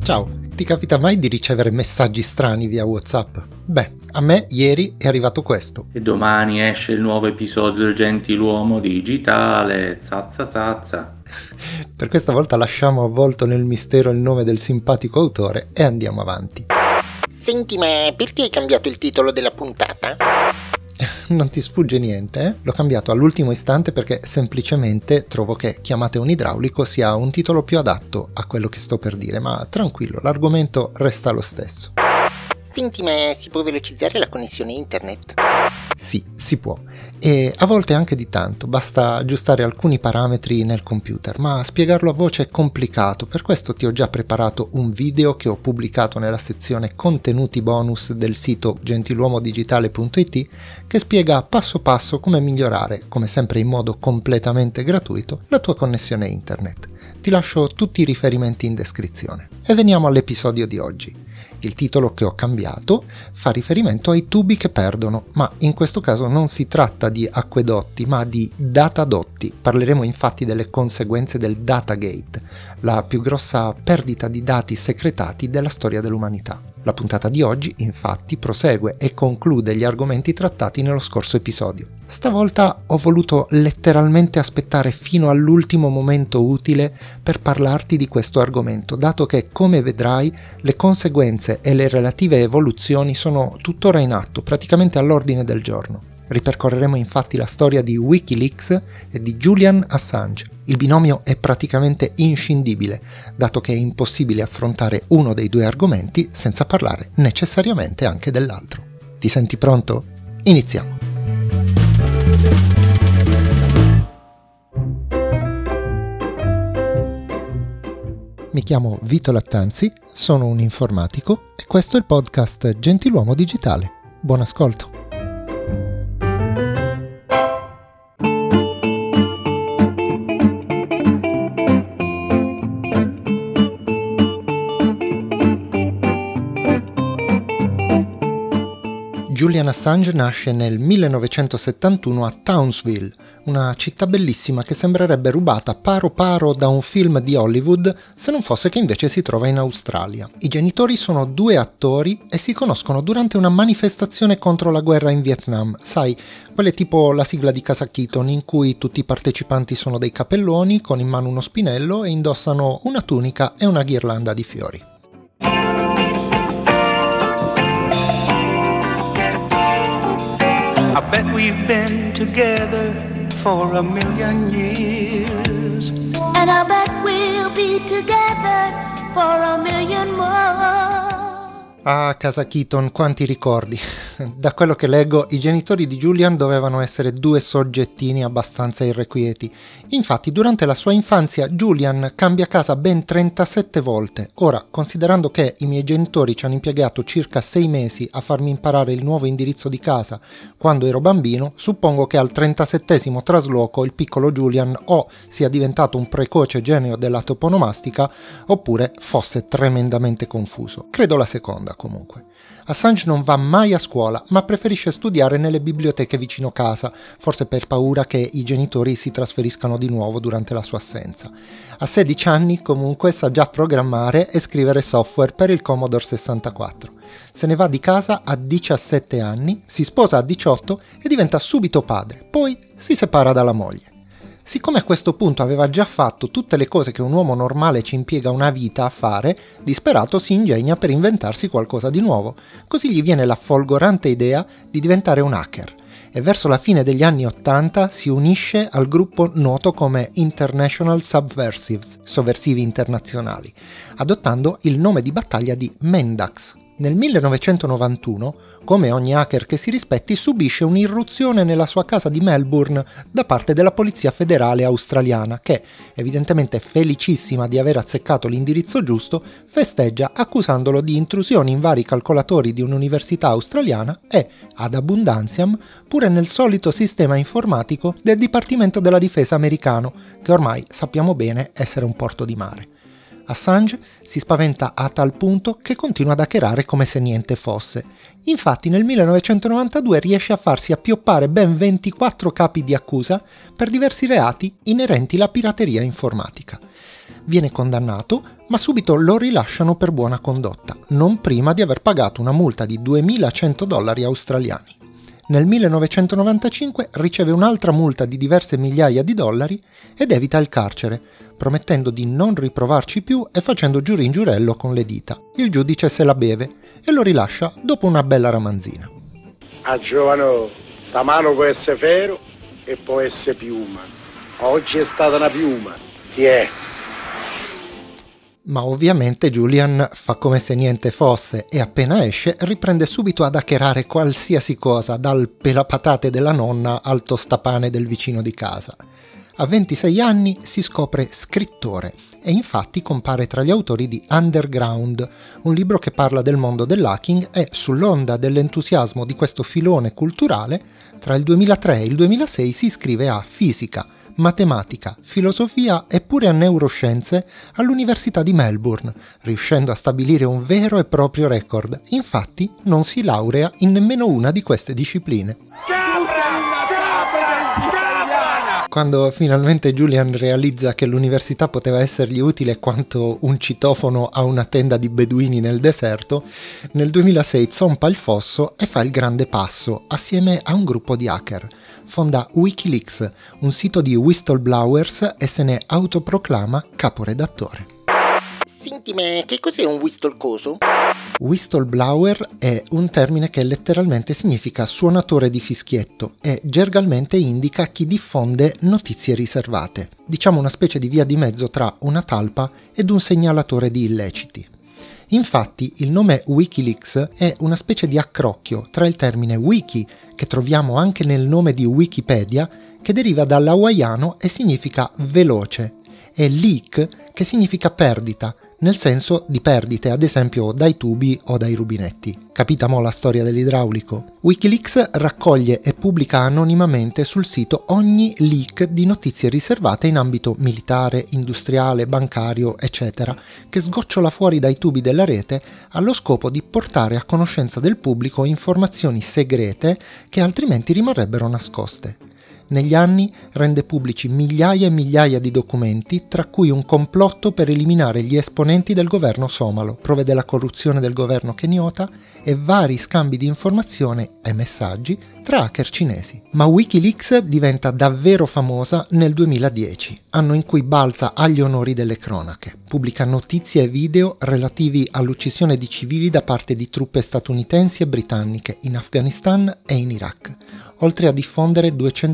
Ciao, ti capita mai di ricevere messaggi strani via WhatsApp? Beh, a me ieri è arrivato questo. E domani esce il nuovo episodio del Gentiluomo Digitale, zazza zazza. Per questa volta lasciamo avvolto nel mistero il nome del simpatico autore e andiamo avanti. Senti, ma perché hai cambiato il titolo della puntata? Non ti sfugge niente, eh? L'ho cambiato all'ultimo istante perché semplicemente trovo che Chiamate un idraulico sia un titolo più adatto a quello che sto per dire, ma tranquillo, l'argomento resta lo stesso. Senti, ma si può velocizzare la connessione internet? Sì, si può. E a volte anche di tanto, basta aggiustare alcuni parametri nel computer, ma spiegarlo a voce è complicato, per questo ti ho già preparato un video che ho pubblicato nella sezione contenuti bonus del sito gentiluomodigitale.it che spiega passo passo come migliorare, come sempre in modo completamente gratuito, la tua connessione internet. Ti lascio tutti i riferimenti in descrizione. E veniamo all'episodio di oggi. Il titolo che ho cambiato fa riferimento ai tubi che perdono, ma in questo caso non si tratta di acquedotti, ma di datadotti. Parleremo infatti delle conseguenze del Datagate, la più grossa perdita di dati segretati della storia dell'umanità. La puntata di oggi, infatti, prosegue e conclude gli argomenti trattati nello scorso episodio. Stavolta ho voluto letteralmente aspettare fino all'ultimo momento utile per parlarti di questo argomento, dato che, come vedrai, le conseguenze e le relative evoluzioni sono tuttora in atto, praticamente all'ordine del giorno. Ripercorreremo infatti la storia di Wikileaks e di Julian Assange. Il binomio è praticamente inscindibile, dato che è impossibile affrontare uno dei due argomenti senza parlare necessariamente anche dell'altro. Ti senti pronto? Iniziamo! Mi chiamo Vito Lattanzi, sono un informatico e questo è il podcast Gentiluomo Digitale. Buon ascolto! Julian Assange nasce nel 1971 a Townsville, una città bellissima che sembrerebbe rubata paro paro da un film di Hollywood, se non fosse che invece si trova in Australia. I genitori sono due attori e si conoscono durante una manifestazione contro la guerra in Vietnam, sai, quelle tipo la sigla di Casa Keaton in cui tutti i partecipanti sono dei capelloni con in mano uno spinello e indossano una tunica e una ghirlanda di fiori. I bet we've been together for a million years. And I bet we'll be together for a million more. Ah, Casa Keaton, quanti ricordi! Da quello che leggo, i genitori di Julian dovevano essere due soggettini abbastanza irrequieti. Infatti, durante la sua infanzia, Julian cambia casa ben 37 volte. Ora, considerando che i miei genitori ci hanno impiegato circa 6 mesi a farmi imparare il nuovo indirizzo di casa quando ero bambino, suppongo che al 37esimo trasloco il piccolo Julian o sia diventato un precoce genio della toponomastica oppure fosse tremendamente confuso. Credo la seconda, comunque. Assange non va mai a scuola, ma preferisce studiare nelle biblioteche vicino casa, forse per paura che i genitori si trasferiscano di nuovo durante la sua assenza. A 16 anni, comunque, sa già programmare e scrivere software per il Commodore 64. Se ne va di casa a 17 anni, si sposa a 18 e diventa subito padre, poi si separa dalla moglie. Siccome a questo punto aveva già fatto tutte le cose che un uomo normale ci impiega una vita a fare, disperato si ingegna per inventarsi qualcosa di nuovo. Così gli viene la folgorante idea di diventare un hacker e verso la fine degli anni 80 si unisce al gruppo noto come International Subversives, sovversivi internazionali, adottando il nome di battaglia di Mendax. Nel 1991, come ogni hacker che si rispetti, subisce un'irruzione nella sua casa di Melbourne da parte della Polizia Federale australiana che, evidentemente felicissima di aver azzeccato l'indirizzo giusto, festeggia accusandolo di intrusioni in vari calcolatori di un'università australiana e, ad abundantiam, pure nel solito sistema informatico del Dipartimento della Difesa americano, che ormai sappiamo bene essere un porto di mare. Assange si spaventa a tal punto che continua ad hackerare come se niente fosse. Infatti nel 1992 riesce a farsi appioppare ben 24 capi di accusa per diversi reati inerenti alla pirateria informatica. Viene condannato, ma subito lo rilasciano per buona condotta, non prima di aver pagato una multa di $2.100 australiani. Nel 1995 riceve un'altra multa di diverse migliaia di dollari ed evita il carcere, promettendo di non riprovarci più e facendo giuri in giurello con le dita. Il giudice se la beve e lo rilascia dopo una bella ramanzina. A giovano, sta mano può essere ferro e può essere piuma. Oggi è stata una piuma. Chi è? Ma ovviamente Julian fa come se niente fosse e appena esce riprende subito ad hackerare qualsiasi cosa, dal pelapatate della nonna al tostapane del vicino di casa. A 26 anni si scopre scrittore e infatti compare tra gli autori di Underground, un libro che parla del mondo dell'hacking e, sull'onda dell'entusiasmo di questo filone culturale, tra il 2003 e il 2006 si iscrive a fisica, matematica, filosofia e pure a neuroscienze all'Università di Melbourne, riuscendo a stabilire un vero e proprio record. Infatti non si laurea in nemmeno una di queste discipline. Quando finalmente Julian realizza che l'università poteva essergli utile quanto un citofono a una tenda di beduini nel deserto, nel 2006 zompa il fosso e fa il grande passo assieme a un gruppo di hacker. Fonda Wikileaks, un sito di whistleblowers, e se ne autoproclama caporedattore. Senti, ma che cos'è un whistle-coso? Whistleblower è un termine che letteralmente significa suonatore di fischietto e gergalmente indica chi diffonde notizie riservate, diciamo una specie di via di mezzo tra una talpa ed un segnalatore di illeciti. Infatti il nome Wikileaks è una specie di accrocchio tra il termine wiki, che troviamo anche nel nome di Wikipedia, che deriva dall'hawaiano e significa veloce, e leak, che significa perdita, nel senso di perdite, ad esempio dai tubi o dai rubinetti. Capita mo la storia dell'idraulico? Wikileaks raccoglie e pubblica anonimamente sul sito ogni leak di notizie riservate in ambito militare, industriale, bancario, eccetera, che sgocciola fuori dai tubi della rete allo scopo di portare a conoscenza del pubblico informazioni segrete che altrimenti rimarrebbero nascoste. Negli anni rende pubblici migliaia e migliaia di documenti, tra cui un complotto per eliminare gli esponenti del governo somalo, prove della corruzione del governo keniota e vari scambi di informazione e messaggi tra hacker cinesi. Ma Wikileaks diventa davvero famosa nel 2010, anno in cui balza agli onori delle cronache. Pubblica notizie e video relativi all'uccisione di civili da parte di truppe statunitensi e britanniche in Afghanistan e in Iraq, oltre a diffondere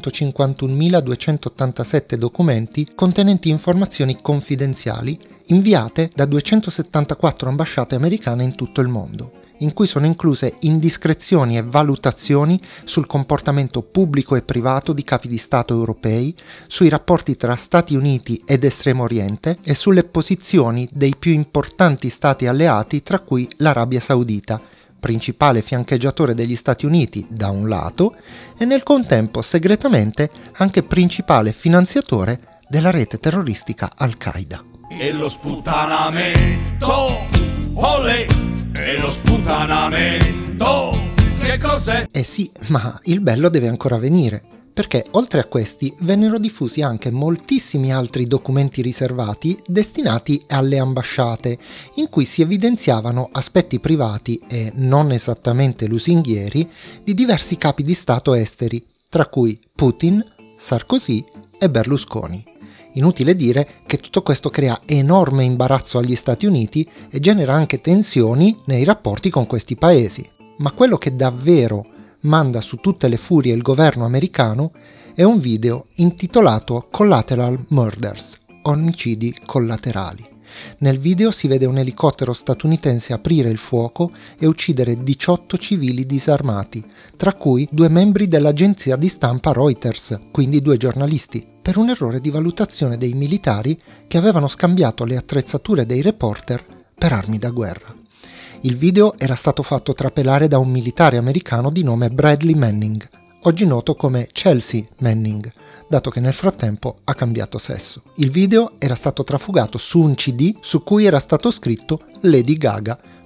251.287 documenti contenenti informazioni confidenziali inviate da 274 ambasciate americane in tutto il mondo, in cui sono incluse indiscrezioni e valutazioni sul comportamento pubblico e privato di capi di Stato europei, sui rapporti tra Stati Uniti ed Estremo Oriente e sulle posizioni dei più importanti stati alleati, tra cui l'Arabia Saudita, principale fiancheggiatore degli Stati Uniti da un lato e nel contempo segretamente anche principale finanziatore della rete terroristica Al-Qaeda. E lo sputtanamento, olè, e lo sputtanamento, che cos'è? Eh sì, ma il bello deve ancora venire, perché oltre a questi vennero diffusi anche moltissimi altri documenti riservati destinati alle ambasciate, in cui si evidenziavano aspetti privati e non esattamente lusinghieri di diversi capi di Stato esteri, tra cui Putin, Sarkozy e Berlusconi. Inutile dire che tutto questo crea enorme imbarazzo agli Stati Uniti e genera anche tensioni nei rapporti con questi paesi. Ma quello che davvero manda su tutte le furie il governo americano è un video intitolato Collateral Murders, omicidi collaterali. Nel video si vede un elicottero statunitense aprire il fuoco e uccidere 18 civili disarmati, tra cui 2 membri dell'agenzia di stampa Reuters, quindi 2 giornalisti, per un errore di valutazione dei militari che avevano scambiato le attrezzature dei reporter per armi da guerra. Il video era stato fatto trapelare da un militare americano di nome Bradley Manning, oggi noto come Chelsea Manning, dato che nel frattempo ha cambiato sesso. Il video era stato trafugato su un CD su cui era stato scritto Lady Gaga,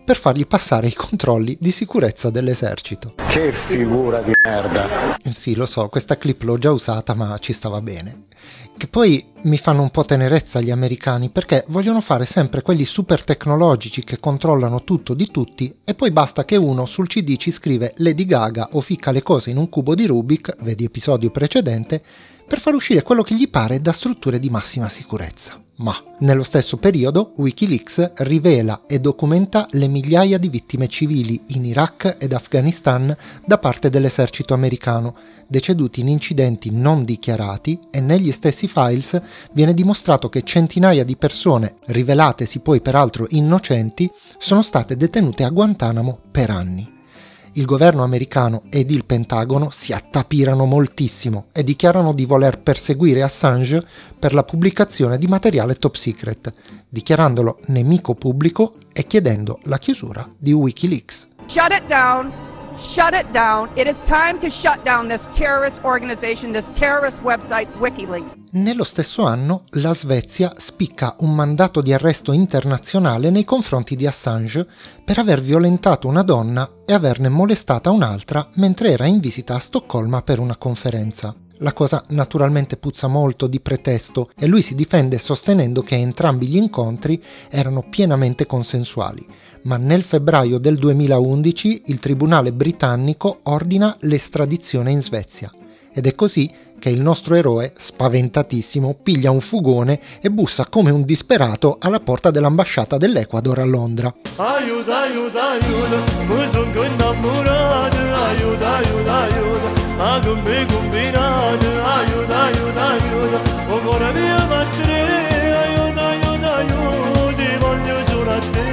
per fargli passare i controlli di sicurezza dell'esercito. Che figura di merda! Sì, lo so, questa clip l'ho già usata, ma ci stava bene. Che poi mi fanno un po' tenerezza gli americani, perché vogliono fare sempre quelli super tecnologici che controllano tutto di tutti, e poi basta che uno sul CD ci scrive Lady Gaga o ficca le cose in un cubo di Rubik, vedi episodio precedente, per far uscire quello che gli pare da strutture di massima sicurezza. Ma nello stesso periodo Wikileaks rivela e documenta le migliaia di vittime civili in Iraq ed Afghanistan da parte dell'esercito americano, deceduti in incidenti non dichiarati, e negli stessi files viene dimostrato che centinaia di persone, rivelatesi poi peraltro innocenti, sono state detenute a Guantanamo per anni. Il governo americano ed il Pentagono si attapirano moltissimo e dichiarano di voler perseguire Assange per la pubblicazione di materiale top secret, dichiarandolo nemico pubblico e chiedendo la chiusura di Wikileaks. Shut it down. Shut it down. It is time to shut down this terrorist organization, this terrorist website, WikiLeaks. Nello stesso anno, la Svezia spicca un mandato di arresto internazionale nei confronti di Assange per aver violentato una donna e averne molestata un'altra mentre era in visita a Stoccolma per una conferenza. La cosa naturalmente puzza molto di pretesto e lui si difende sostenendo che entrambi gli incontri erano pienamente consensuali, ma nel febbraio del 2011 il tribunale britannico ordina l'estradizione in Svezia. Ed è così che il nostro eroe, spaventatissimo, piglia un fugone e bussa come un disperato alla porta dell'ambasciata dell'Ecuador a Londra. Aiuta, aiuta, aiuta, mi son innamorato, aiuta, aiuta, aiuta, ma con me combinato, aiuta, aiuta, aiuta, o cuore mio battere, aiuta, aiuta, aiuta, ti voglio solo a te.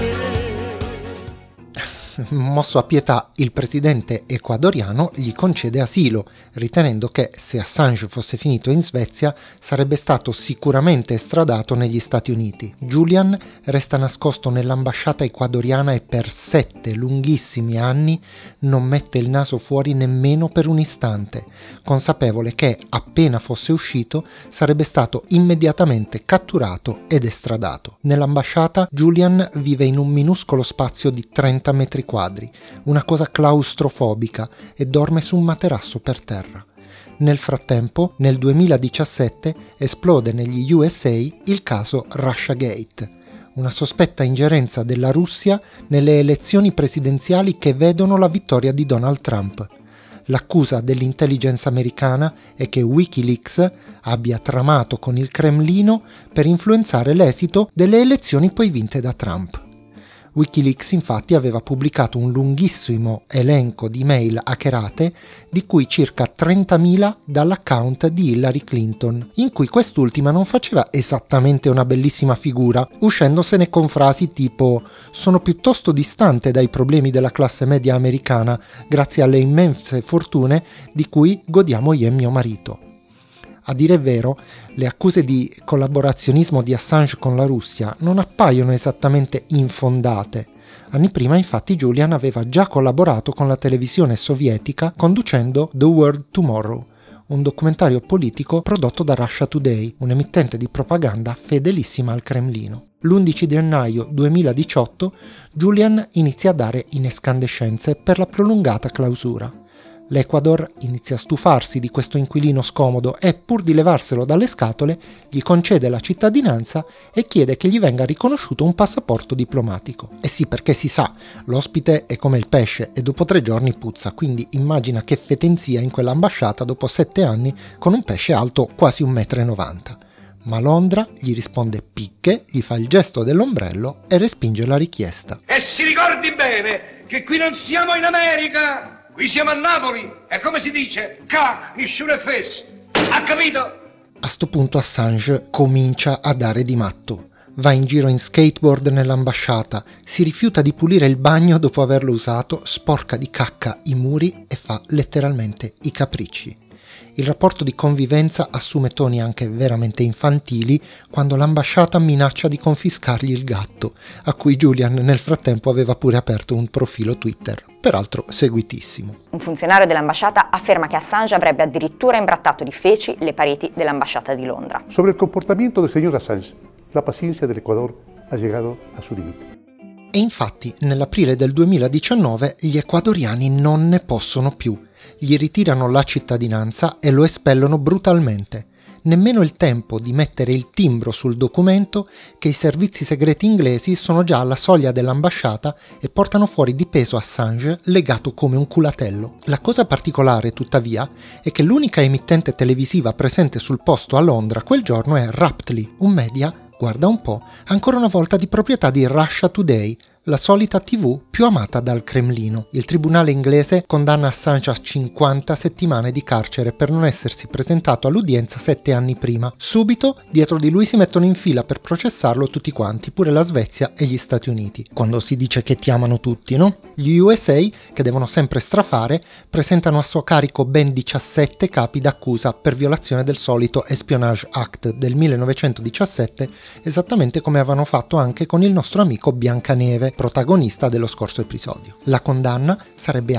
Mosso a pietà, il presidente ecuadoriano gli concede asilo, ritenendo che se Assange fosse finito in Svezia sarebbe stato sicuramente estradato negli Stati Uniti. Julian resta nascosto nell'ambasciata ecuadoriana e per 7 lunghissimi anni non mette il naso fuori nemmeno per un istante, consapevole che appena fosse uscito sarebbe stato immediatamente catturato ed estradato. Nell'ambasciata Julian vive in un minuscolo spazio di 30 metri quadri, una cosa claustrofobica, e dorme su un materasso per terra. Nel frattempo, nel 2017, esplode negli USA il caso Russiagate, una sospetta ingerenza della Russia nelle elezioni presidenziali che vedono la vittoria di Donald Trump. L'accusa dell'intelligence americana è che Wikileaks abbia tramato con il Cremlino per influenzare l'esito delle elezioni poi vinte da Trump. Wikileaks infatti aveva pubblicato un lunghissimo elenco di email hackerate, di cui circa 30.000 dall'account di Hillary Clinton, in cui quest'ultima non faceva esattamente una bellissima figura, uscendosene con frasi tipo «Sono piuttosto distante dai problemi della classe media americana grazie alle immense fortune di cui godiamo io e mio marito». A dire il vero, le accuse di collaborazionismo di Assange con la Russia non appaiono esattamente infondate. Anni prima, infatti, Julian aveva già collaborato con la televisione sovietica conducendo The World Tomorrow, un documentario politico prodotto da Russia Today, un'emittente di propaganda fedelissima al Cremlino. L'11 gennaio 2018 Julian inizia a dare in escandescenze per la prolungata clausura. L'Ecuador inizia a stufarsi di questo inquilino scomodo e, pur di levarselo dalle scatole, gli concede la cittadinanza e chiede che gli venga riconosciuto un passaporto diplomatico. E sì, perché si sa, l'ospite è come il pesce e dopo 3 giorni puzza, quindi immagina che fetenzia in quell'ambasciata dopo 7 anni con un pesce alto quasi 1,90 m. Ma Londra gli risponde picche, gli fa il gesto dell'ombrello e respinge la richiesta. E si ricordi bene che qui non siamo in America! Qui siamo a Napoli, e come si dice? Ca, nessuno è fes. Ha capito? A sto punto Assange comincia a dare di matto. Va in giro in skateboard nell'ambasciata, si rifiuta di pulire il bagno dopo averlo usato, sporca di cacca i muri e fa letteralmente i capricci. Il rapporto di convivenza assume toni anche veramente infantili quando l'ambasciata minaccia di confiscargli il gatto, a cui Julian nel frattempo aveva pure aperto un profilo Twitter, peraltro seguitissimo. Un funzionario dell'ambasciata afferma che Assange avrebbe addirittura imbrattato di feci le pareti dell'ambasciata di Londra. Sobre el comportamiento del señor Assange, la paciencia del Ecuador ha llegado a su límite. E infatti nell'aprile del 2019 gli ecuadoriani non ne possono più, gli ritirano la cittadinanza e lo espellono brutalmente. Nemmeno il tempo di mettere il timbro sul documento che i servizi segreti inglesi sono già alla soglia dell'ambasciata e portano fuori di peso Assange legato come un culatello. La cosa particolare, tuttavia, è che l'unica emittente televisiva presente sul posto a Londra quel giorno è Raptly, un media, guarda un po', ancora una volta di proprietà di Russia Today, la solita TV più amata dal Cremlino. Il tribunale inglese condanna Assange a 50 settimane di carcere per non essersi presentato all'udienza 7 anni prima. Subito, dietro di lui si mettono in fila per processarlo tutti quanti, pure la Svezia e gli Stati Uniti. Quando si dice che ti amano tutti, no? Gli USA, che devono sempre strafare, presentano a suo carico ben 17 capi d'accusa per violazione del solito Espionage Act del 1917, esattamente come avevano fatto anche con il nostro amico Biancaneve, protagonista dello scorso episodio. La condanna sarebbe a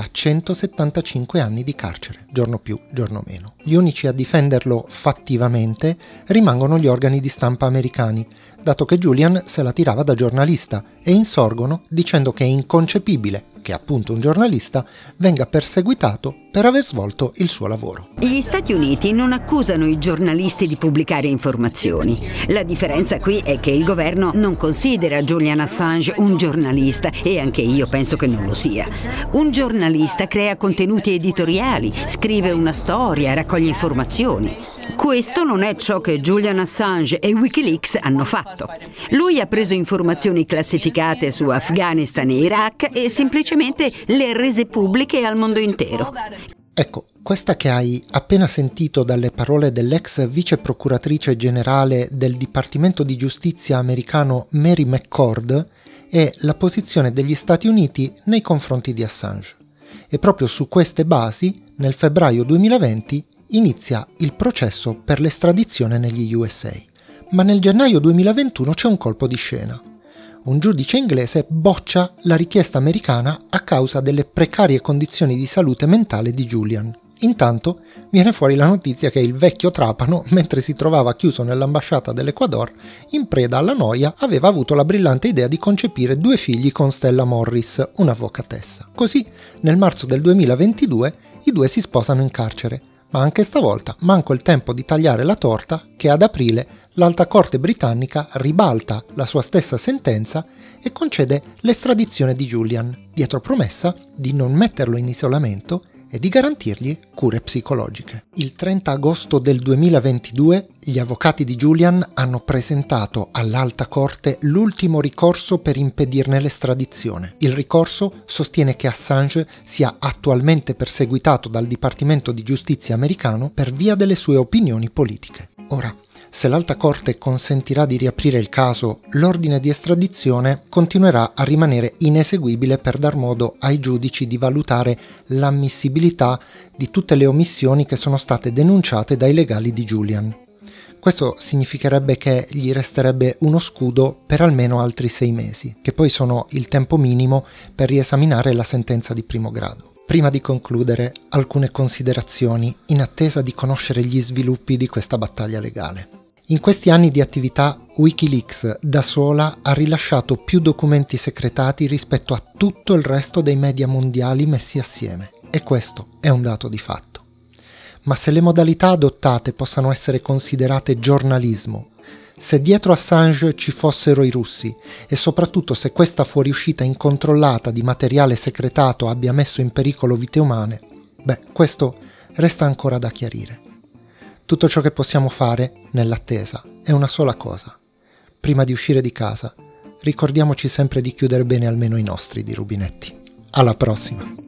175 anni di carcere, giorno più, giorno meno. Gli unici a difenderlo fattivamente rimangono gli organi di stampa americani, dato che Julian se la tirava da giornalista, e insorgono dicendo che è inconcepibile che appunto un giornalista venga perseguitato per aver svolto il suo lavoro. Gli Stati Uniti non accusano i giornalisti di pubblicare informazioni. La differenza qui è che il governo non considera Julian Assange un giornalista, e anche io penso che non lo sia. Un giornalista crea contenuti editoriali, scrive una storia, raccoglie informazioni. Questo non è ciò che Julian Assange e Wikileaks hanno fatto. Lui ha preso informazioni classificate su Afghanistan e Iraq e semplicemente le ha rese pubbliche al mondo intero. Ecco, questa che hai appena sentito dalle parole dell'ex vice procuratrice generale del Dipartimento di Giustizia americano Mary McCord è la posizione degli Stati Uniti nei confronti di Assange. E proprio su queste basi, nel febbraio 2020, inizia il processo per l'estradizione negli USA. Ma nel gennaio 2021 c'è un colpo di scena. Un giudice inglese boccia la richiesta americana a causa delle precarie condizioni di salute mentale di Julian. Intanto viene fuori la notizia che il vecchio trapano, mentre si trovava chiuso nell'ambasciata dell'Ecuador, in preda alla noia, aveva avuto la brillante idea di concepire 2 figli con Stella Morris, un'avvocatessa. Così, nel marzo del 2022, i 2 si sposano in carcere. Ma anche stavolta manco il tempo di tagliare la torta che ad aprile l'Alta Corte britannica ribalta la sua stessa sentenza e concede l'estradizione di Julian, dietro promessa di non metterlo in isolamento e di garantirgli cure psicologiche. Il 30 agosto del 2022 gli avvocati di Julian hanno presentato all'Alta Corte l'ultimo ricorso per impedirne l'estradizione. Il ricorso sostiene che Assange sia attualmente perseguitato dal Dipartimento di Giustizia americano per via delle sue opinioni politiche. Ora, se l'Alta Corte consentirà di riaprire il caso, l'ordine di estradizione continuerà a rimanere ineseguibile per dar modo ai giudici di valutare l'ammissibilità di tutte le omissioni che sono state denunciate dai legali di Julian. Questo significherebbe che gli resterebbe uno scudo per almeno altri 6 mesi, che poi sono il tempo minimo per riesaminare la sentenza di primo grado. Prima di concludere, alcune considerazioni in attesa di conoscere gli sviluppi di questa battaglia legale. In questi anni di attività, Wikileaks da sola ha rilasciato più documenti secretati rispetto a tutto il resto dei media mondiali messi assieme, e questo è un dato di fatto. Ma se le modalità adottate possano essere considerate giornalismo, se dietro Assange ci fossero i russi e soprattutto se questa fuoriuscita incontrollata di materiale secretato abbia messo in pericolo vite umane, questo resta ancora da chiarire. Tutto ciò che possiamo fare, nell'attesa, è una sola cosa. Prima di uscire di casa, ricordiamoci sempre di chiudere bene almeno i nostri di rubinetti. Alla prossima!